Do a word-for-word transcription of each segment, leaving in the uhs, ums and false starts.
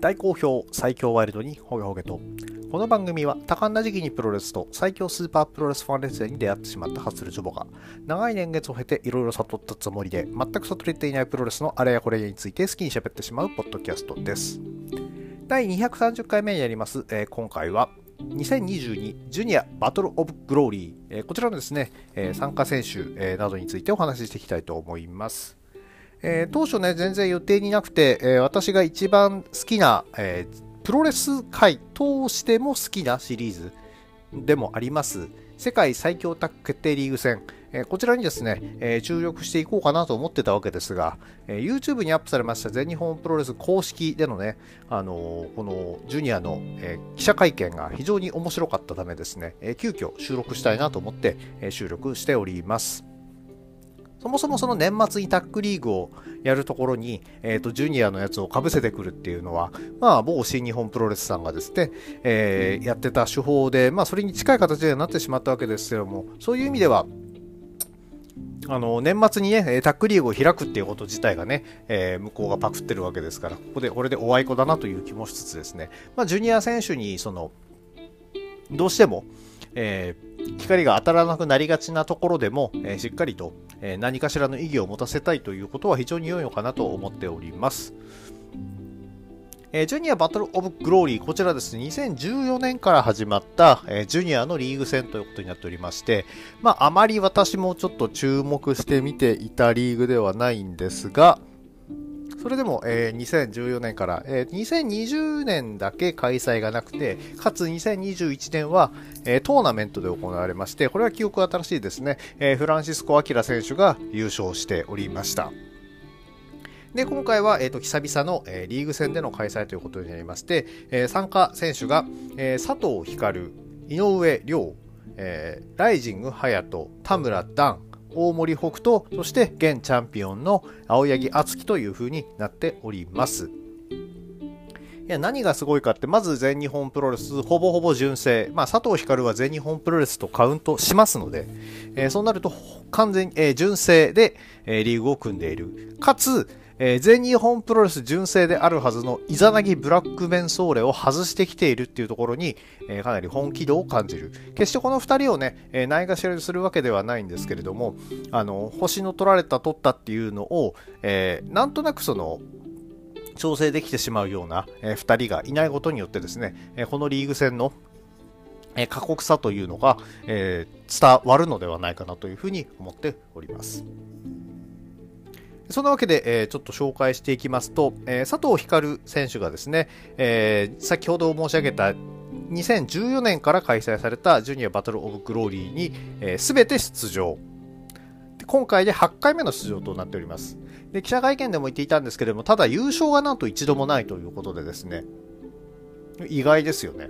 大好評最強ワイルドにホゲホゲと。この番組は多感な時期にプロレスと最強スーパープロレスファンレスラーに出会ってしまったハッスルジョボが長い年月を経ていろいろ悟ったつもりで全く悟れていないプロレスのあれやこれやについて好きに喋ってしまうポッドキャストです。だいにひゃくさんじゅっかいめになります、えー、今回はにせんにじゅうにジュニアバトルオブグローリー、えー、こちらのですね、えー、参加選手、えー、などについてお話ししていきたいと思います。えー、当初ね全然予定になくて、えー、私が一番好きな、えー、プロレス界通しても好きなシリーズでもあります世界最強タッグ決定リーグ戦、えー、こちらにですね、えー、注力していこうかなと思ってたわけですが、えー、YouTube にアップされました全日本プロレス公式でのね、あのー、このジュニアの、えー、記者会見が非常に面白かったためですね、えー、急遽収録したいなと思って、えー、収録しております。そもそもその年末にタッグリーグをやるところに、えーと、ジュニアのやつをかぶせてくるっていうのは、まあ、某新日本プロレスさんがですね、えー、やってた手法で、まあ、それに近い形になってしまったわけですけども、そういう意味では、あの、年末にね、タッグリーグを開くっていうこと自体がね、えー、向こうがパクってるわけですから、ここで、これでおあいこだなという気もしつつですね、まあ、ジュニア選手に、その、どうしても、えー光が当たらなくなりがちなところでも、えー、しっかりと、えー、何かしらの意義を持たせたいということは非常に良いのかなと思っております。えー、ジュニアバトルオブグローリー、こちらですね、にせんじゅうよねんから始まった、えー、ジュニアのリーグ戦ということになっておりまして、まあ、あまり私もちょっと注目して見ていたリーグではないんですが、それでも、えー、にせんじゅうよねんから、えー、にせんにじゅうねんだけ開催がなくて、かつにせんにじゅういちねんは、えー、トーナメントで行われまして、これは記憶新しいですね、えー、フランシスコ・アキラ選手が優勝しておりました。で、今回は、えーと、久々の、えー、リーグ戦での開催ということになりまして、えー、参加選手が、えー、佐藤光、井上涼、えー、ライジング隼人、田村段、大森北斗、そして現チャンピオンの青柳敦樹という風になっております。いや、何がすごいかって、まず全日本プロレスほぼほぼ純正、まあ、佐藤光は全日本プロレスとカウントしますので、えー、そうなると完全に、えー、純正で、えー、リーグを組んでいる。かつ、えー、全日本プロレス純正であるはずのイザナギブラックメンソーレを外してきているっていうところに、えー、かなり本気度を感じる。決してこのふたりをね、えー、ないがしろにするわけではないんですけれども、あの星の取られた取ったっていうのを、えー、なんとなくその調整できてしまうような、えー、ふたりがいないことによってですね、えー、このリーグ戦のえー、過酷さというのが、えー、伝わるのではないかなというふうに思っております。そんなわけで、えー、ちょっと紹介していきますと、えー、佐藤光選手がですね、えー、先ほど申し上げたにせんじゅうよねんから開催されたジュニアバトルオブグローリーに、えー、全て出場。で今回ではちかいめの出場となっております。で、記者会見でも言っていたんですけれども、ただ優勝がなんと一度もないということでですね、意外ですよね。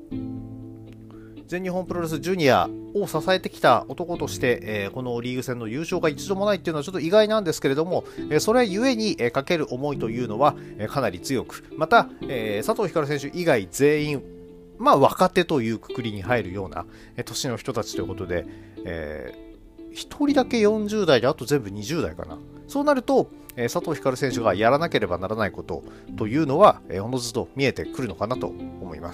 全日本プロレスジュニアを支えてきた男として、えー、このリーグ戦の優勝が一度もないっていうのはちょっと意外なんですけれども、えー、それゆえに、えー、かける思いというのは、えー、かなり強く、また、えー、佐藤光選手以外全員、まあ若手というくくりに入るような、えー、年の人たちということで、えー、ひとりだけよんじゅうだいであと全部にじゅうだいかな。そうなると、えー、佐藤光選手がやらなければならないことというのは、えー、おのずと見えてくるのかなと思います。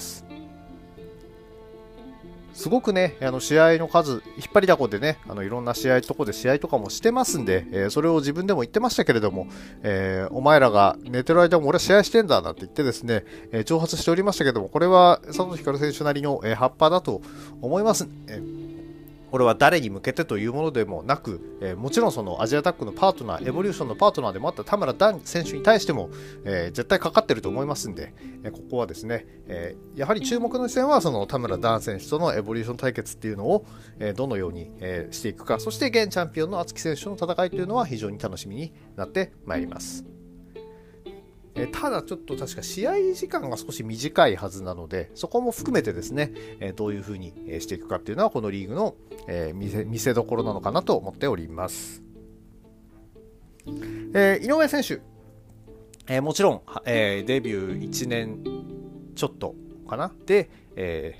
すごくね、あの試合の数、引っ張りだこでね、あのいろんな試合とこで試合とかもしてますんで、えー、それを自分でも言ってましたけれども、えー、お前らが寝てる間も俺は試合してんだなんて言ってですね、えー、挑発しておりましたけども、これは佐藤光選手なりの、えー、葉っぱだと思います。えーこれは誰に向けてというものでもなく、えー、もちろんそのアジアタックのパートナー、エボリューションのパートナーでもあった田村段選手に対しても、えー、絶対かかってると思いますんで、えー、ここはですね、えー、やはり注目の視線はその田村段選手とのエボリューション対決っていうのを、えー、どのように、えー、していくか、そして現チャンピオンの敦樹選手との戦いというのは非常に楽しみになってまいります。えただちょっと確か試合時間が少し短いはずなので、そこも含めてですね、えどういう風にしていくかっていうのはこのリーグの、えー、見せ、見せどころなのかなと思っております。えー、井上選手、えー、もちろん、えー、デビューいちねんちょっとかなで、え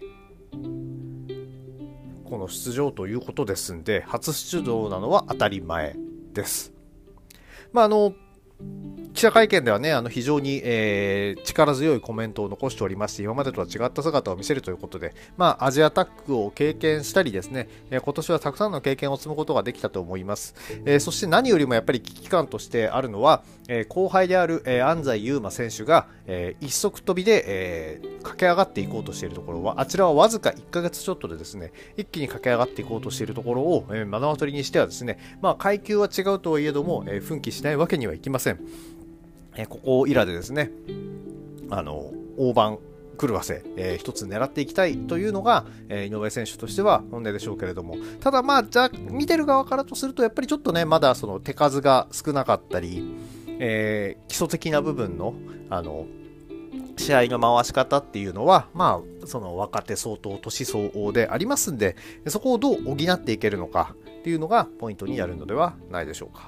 ー、この出場ということですんで、初出場なのは当たり前です。まああの記者会見ではね、あの非常に、えー、力強いコメントを残しておりまして、今までとは違った姿を見せるということで、まあ、アジアタックを経験したりですね、えー、今年はたくさんの経験を積むことができたと思います。えー、そして何よりもやっぱり危機感としてあるのは、えー、後輩である、えー、安西優真選手が、えー、一足飛びで、えー、駆け上がっていこうとしているところは、あちらはわずかいっかげつちょっとでですね、一気に駆け上がっていこうとしているところを、えー、目の当たりにしてはですね、まあ、階級は違うとはいえども、えー、奮起しないわけにはいきません。えー、ここいらでですね、あの大番狂わせ、えー、一つ狙っていきたいというのが、えー、井上選手としては本音でしょうけれども、ただまあじゃあ見てる側からとするとやっぱりちょっとね、まだその手数が少なかったり、えー、基礎的な部分のあの試合の回し方っていうのは、まあその若手相当年相応でありますんで、そこをどう補っていけるのかっていうのがポイントになるのではないでしょうか。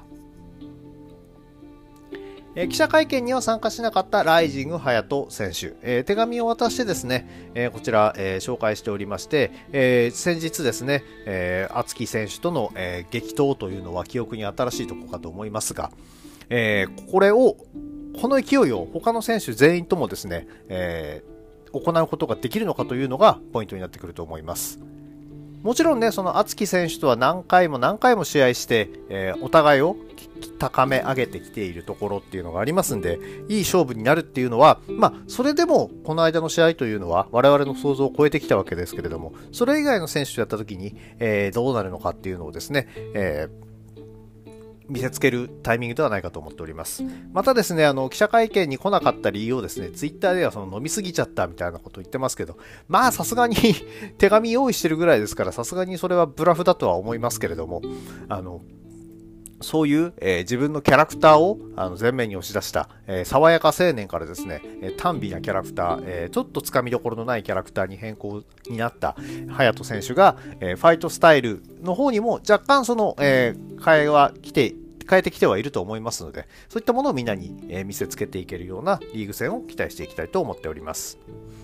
えー、記者会見には参加しなかったライジング隼人選手、えー、手紙を渡してですね、えー、こちら、えー、紹介しておりまして、えー、先日ですね、えー、敦貴選手との、えー、激闘というのは記憶に新しいところかと思いますが、えー、これをこの勢いを他の選手全員ともですね、えー、行うことができるのかというのがポイントになってくると思います。もちろんね、その敦貴選手とは何回も何回も試合して、えー、お互いを高め上げてきているところっていうのがありますんで、いい勝負になるっていうのは、まあ、それでもこの間の試合というのは我々の想像を超えてきたわけですけれども、それ以外の選手とやった時に、えー、どうなるのかっていうのをですね、えー見せつけるタイミングではないかと思っております。またですね、あの記者会見に来なかった理由をですね、ツイッターではその飲みすぎちゃったみたいなことを言ってますけど、まあさすがに手紙用意してるぐらいですから、さすがにそれはブラフだとは思いますけれども、あのそういう、えー、自分のキャラクターをあの前面に押し出した、えー、爽やか青年からですね、えー、短美なキャラクター、えー、ちょっとつかみどころのないキャラクターに変更になった隼人選手が、えー、ファイトスタイルの方にも若干その、えー、変えは来て変えてきてはいると思いますので、そういったものをみんなに、えー、見せつけていけるようなリーグ戦を期待していきたいと思っております。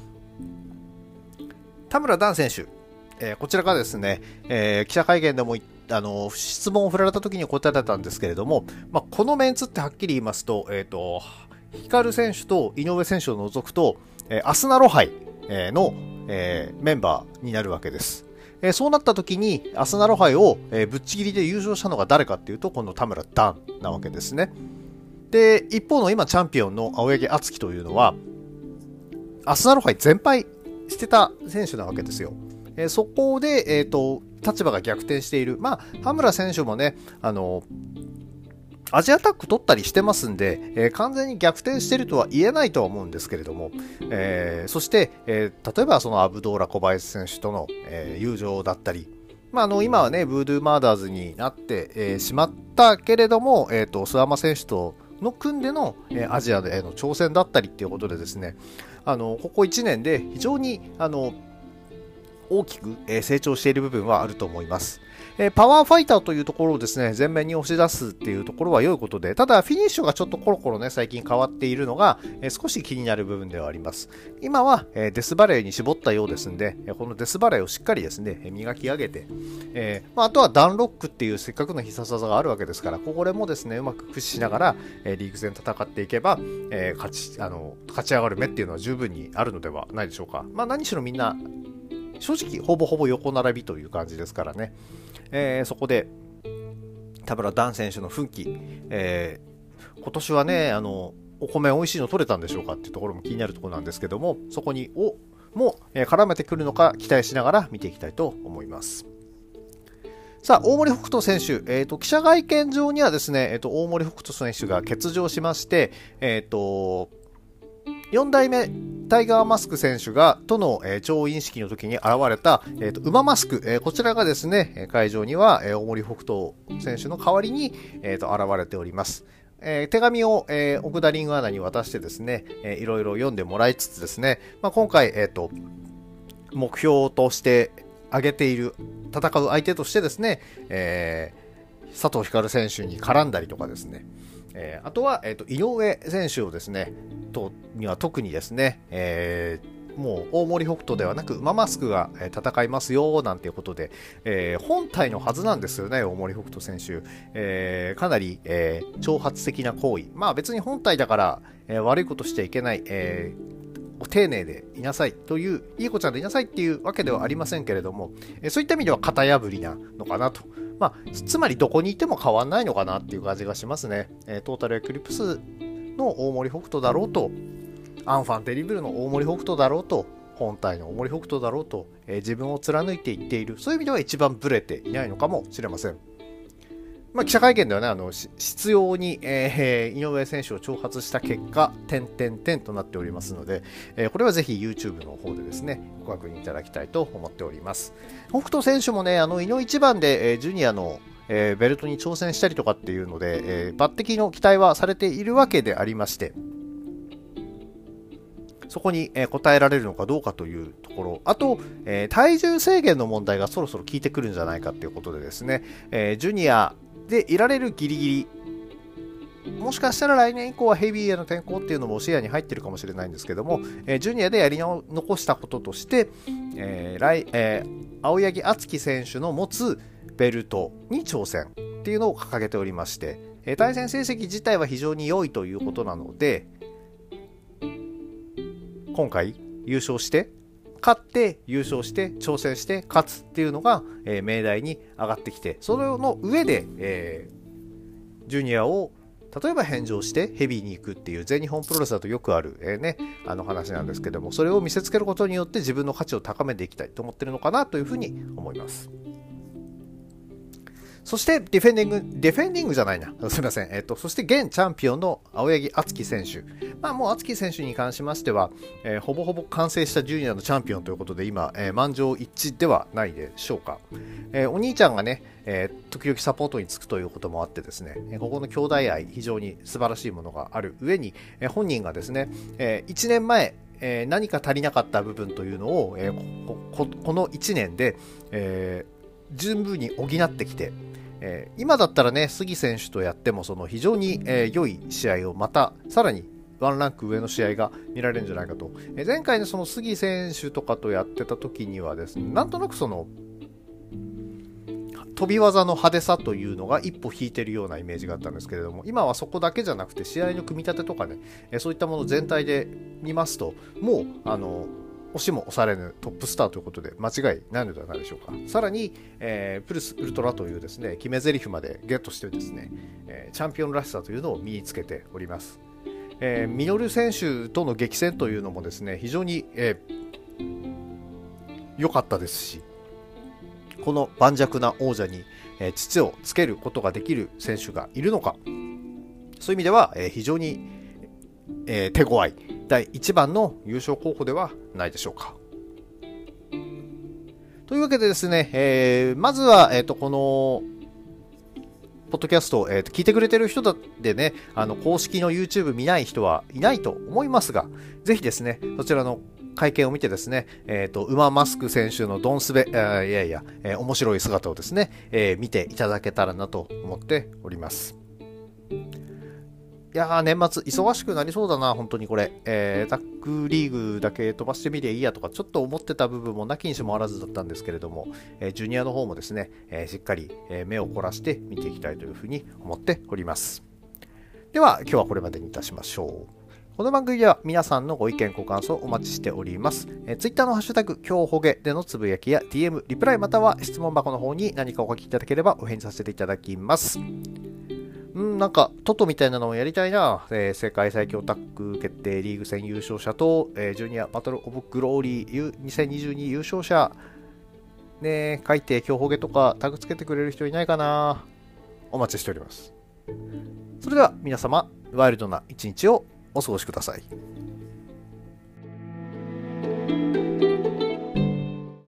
田村段選手、えー、こちらがですね、えー、記者会見でもあの質問を振られた時に答えられたんですけれども、まあ、このメンツってはっきり言いますと、えーと、光選手と井上選手を除くと、えー、アスナロ杯の、えー、メンバーになるわけです。えー、そうなった時にアスナロ杯を、えー、ぶっちぎりで優勝したのが誰かっていうと、この田村段なわけですね。で、一方の今チャンピオンの青柳敦樹というのはアスナロ杯全敗してた選手なわけですよ。えー、そこで、えーと、立場が逆転している。まあ、田村選手もね、あのアジアタック取ったりしてますんで、えー、完全に逆転しているとは言えないとは思うんですけれども、えー、そして、えー、例えばそのアブドーラ小林選手との、えー、友情だったり、まあ、あの今はね、ブードゥーマーダーズになって、えー、しまったけれども、えーと、諏訪間選手との組んでの、えー、アジアでの挑戦だったりっていうことでですね、あのここいちねんで非常にあの大きく成長している部分はあると思います。パワーファイターというところをですね、前面に押し出すっていうところは良いことで、ただフィニッシュがちょっとコロコロね、最近変わっているのが少し気になる部分ではあります。今はデスバレーに絞ったようですんで、このデスバレーをしっかりですね、磨き上げて、えーまあ、あとはダンロックっていうせっかくの必殺技があるわけですから、ここでもですね、うまく駆使しながらリーグ戦戦っていけば、えー、勝ち、あの、勝ち上がる目っていうのは十分にあるのではないでしょうか。まあ何しろみんな、正直ほぼほぼ横並びという感じですからね、えー、そこで田村段選手の奮起、えー、今年はね、あのお米美味しいの取れたんでしょうかっていうところも気になるところなんですけども、そこにおも、えー、絡めてくるのか期待しながら見ていきたいと思います。さあ、大森北斗選手、えーと、記者会見場にはですね、えーと、大森北斗選手が欠場しまして、えーとよん代目タイガーマスク選手がとの、えー、調印式の時に現れた、えーと、馬マスク、えー、こちらがですね、会場には、えー、大森北斗選手の代わりに、えーと、現れております。えー、手紙を、えー、奥田リングアナに渡してですね、えー、いろいろ読んでもらいつつですね、まあ、今回、えーと、目標として挙げている戦う相手としてですね、えー、佐藤光選手に絡んだりとかですね、えー、あとは、えーと、井上選手をですねとには特にですね、えー、 もう大森北斗ではなく馬マスクが戦いますよなんていうことで、えー、本体のはずなんですよね。大森北斗選手、えー、かなり、えー、挑発的な行為、まあ別に本体だから、えー、悪いことしちゃいけない、えー、丁寧でいなさいという、いい子ちゃんでいなさいっていうわけではありませんけれども、えー、そういった意味では型破りなのかなと、まあ、つまりどこにいても変わんないのかなっていう感じがしますね。えー、トータルエクリプスの大森北斗だろうと、アンファンテリブルの大森北斗だろうと、本体の大森北斗だろうと、えー、自分を貫いていっている、そういう意味では一番ブレていないのかもしれません。まあ、記者会見ではね、あの執拗に、えー、井上選手を挑発した結果、点々点となっておりますので、えー、これはぜひ YouTube の方でですね、ご確認いただきたいと思っております。北斗選手もね、あの井の一番で、えー、ジュニアのえー、ベルトに挑戦したりとかっていうので、えー、抜擢の期待はされているわけでありまして、そこに、えー、応えられるのかどうかというところ、あと、えー、体重制限の問題がそろそろ効いてくるんじゃないかということでですね、えー、ジュニアでいられるギリギリ、もしかしたら来年以降はヘビーへの転向っていうのも視野に入ってるかもしれないんですけども、えー、ジュニアでやり残したこととして、えー来えー、青柳敦樹選手の持つベルトに挑戦っていうのを掲げておりまして、えー、対戦成績自体は非常に良いということなので、今回優勝して勝って優勝して挑戦して勝つっていうのが、えー、命題に上がってきて、それの上で、えー、ジュニアを例えば返上してヘビーに行くっていう全日本プロレスだとよくある、えーね、あの話なんですけども、それを見せつけることによって自分の価値を高めていきたいと思ってるのかなというふうに思います。そしてディフェンディング、ディフェンディングじゃないな、すみません。えっと、そして現チャンピオンの青柳敦樹選手。まあもう敦樹選手に関しましては、えー、ほぼほぼ完成したジュニアのチャンピオンということで、今、えー、満場一致ではないでしょうか。えー、お兄ちゃんがね、えー、時々サポートにつくということもあってですね、えー、ここの兄弟愛、非常に素晴らしいものがある上に、えー、本人がですね、えー、いちねんまえ、えー、何か足りなかった部分というのを、えー、こ, こ, このいちねんで、えー、十分に補ってきて、えー、今だったらね、杉選手とやってもその非常に、えー、良い試合をまたさらにワンランク上の試合が見られるんじゃないかと。えー、前回のその杉選手とかとやってた時にはですね、なんとなくその飛び技の派手さというのが一歩引いてるようなイメージがあったんですけれども、今はそこだけじゃなくて試合の組み立てとかね、えー、そういったもの全体で見ますと、もうあの押しも押されぬトップスターということで間違いないのではないでしょうか。さらに、えー、プルスウルトラというですね決め台詞までゲットしてですね、えー、チャンピオンらしさというのを身につけております。えー、ミノル選手との激戦というのもですね非常に良、えー、かったですし、この盤石な王者に、えー、土をつけることができる選手がいるのか、そういう意味では、えー、非常に、えー、手強いだいいちばんの優勝候補ではないでしょうか。というわけでですね、えー、まずは、えーと、このポッドキャストを、えーと、聞いてくれてる人でね、あの公式の YouTube 見ない人はいないと思いますが、ぜひですね、そちらの会見を見てですね、えーと、馬マスク選手のドンスベ、えー、いやいや、えー、面白い姿をですね、えー、見ていただけたらなと思っております。いやー、年末忙しくなりそうだな、本当にこれ。えー、タッグリーグだけ飛ばしてみりゃいいやとか、ちょっと思ってた部分もなきにしもあらずだったんですけれども、えー、ジュニアの方もですね、えー、しっかり、えー、目を凝らして見ていきたいというふうに思っております。では、今日はこれまでにいたしましょう。この番組では皆さんのご意見ご感想お待ちしております。えー、Twitter のハッシュタグ、今日ほげでのつぶやきや ディーエム、リプライまたは質問箱の方に何かお書きいただければお返事させていただきます。うん、なんかトトみたいなのをやりたいな、えー、世界最強タッグ決定リーグ戦優勝者と、えー、ジュニアバトルオブグローリーにせんにじゅうに優勝者ね、書いて今日ほげとかタグつけてくれる人いないかな。お待ちしております。それでは皆様ワイルドな一日をお過ごしください。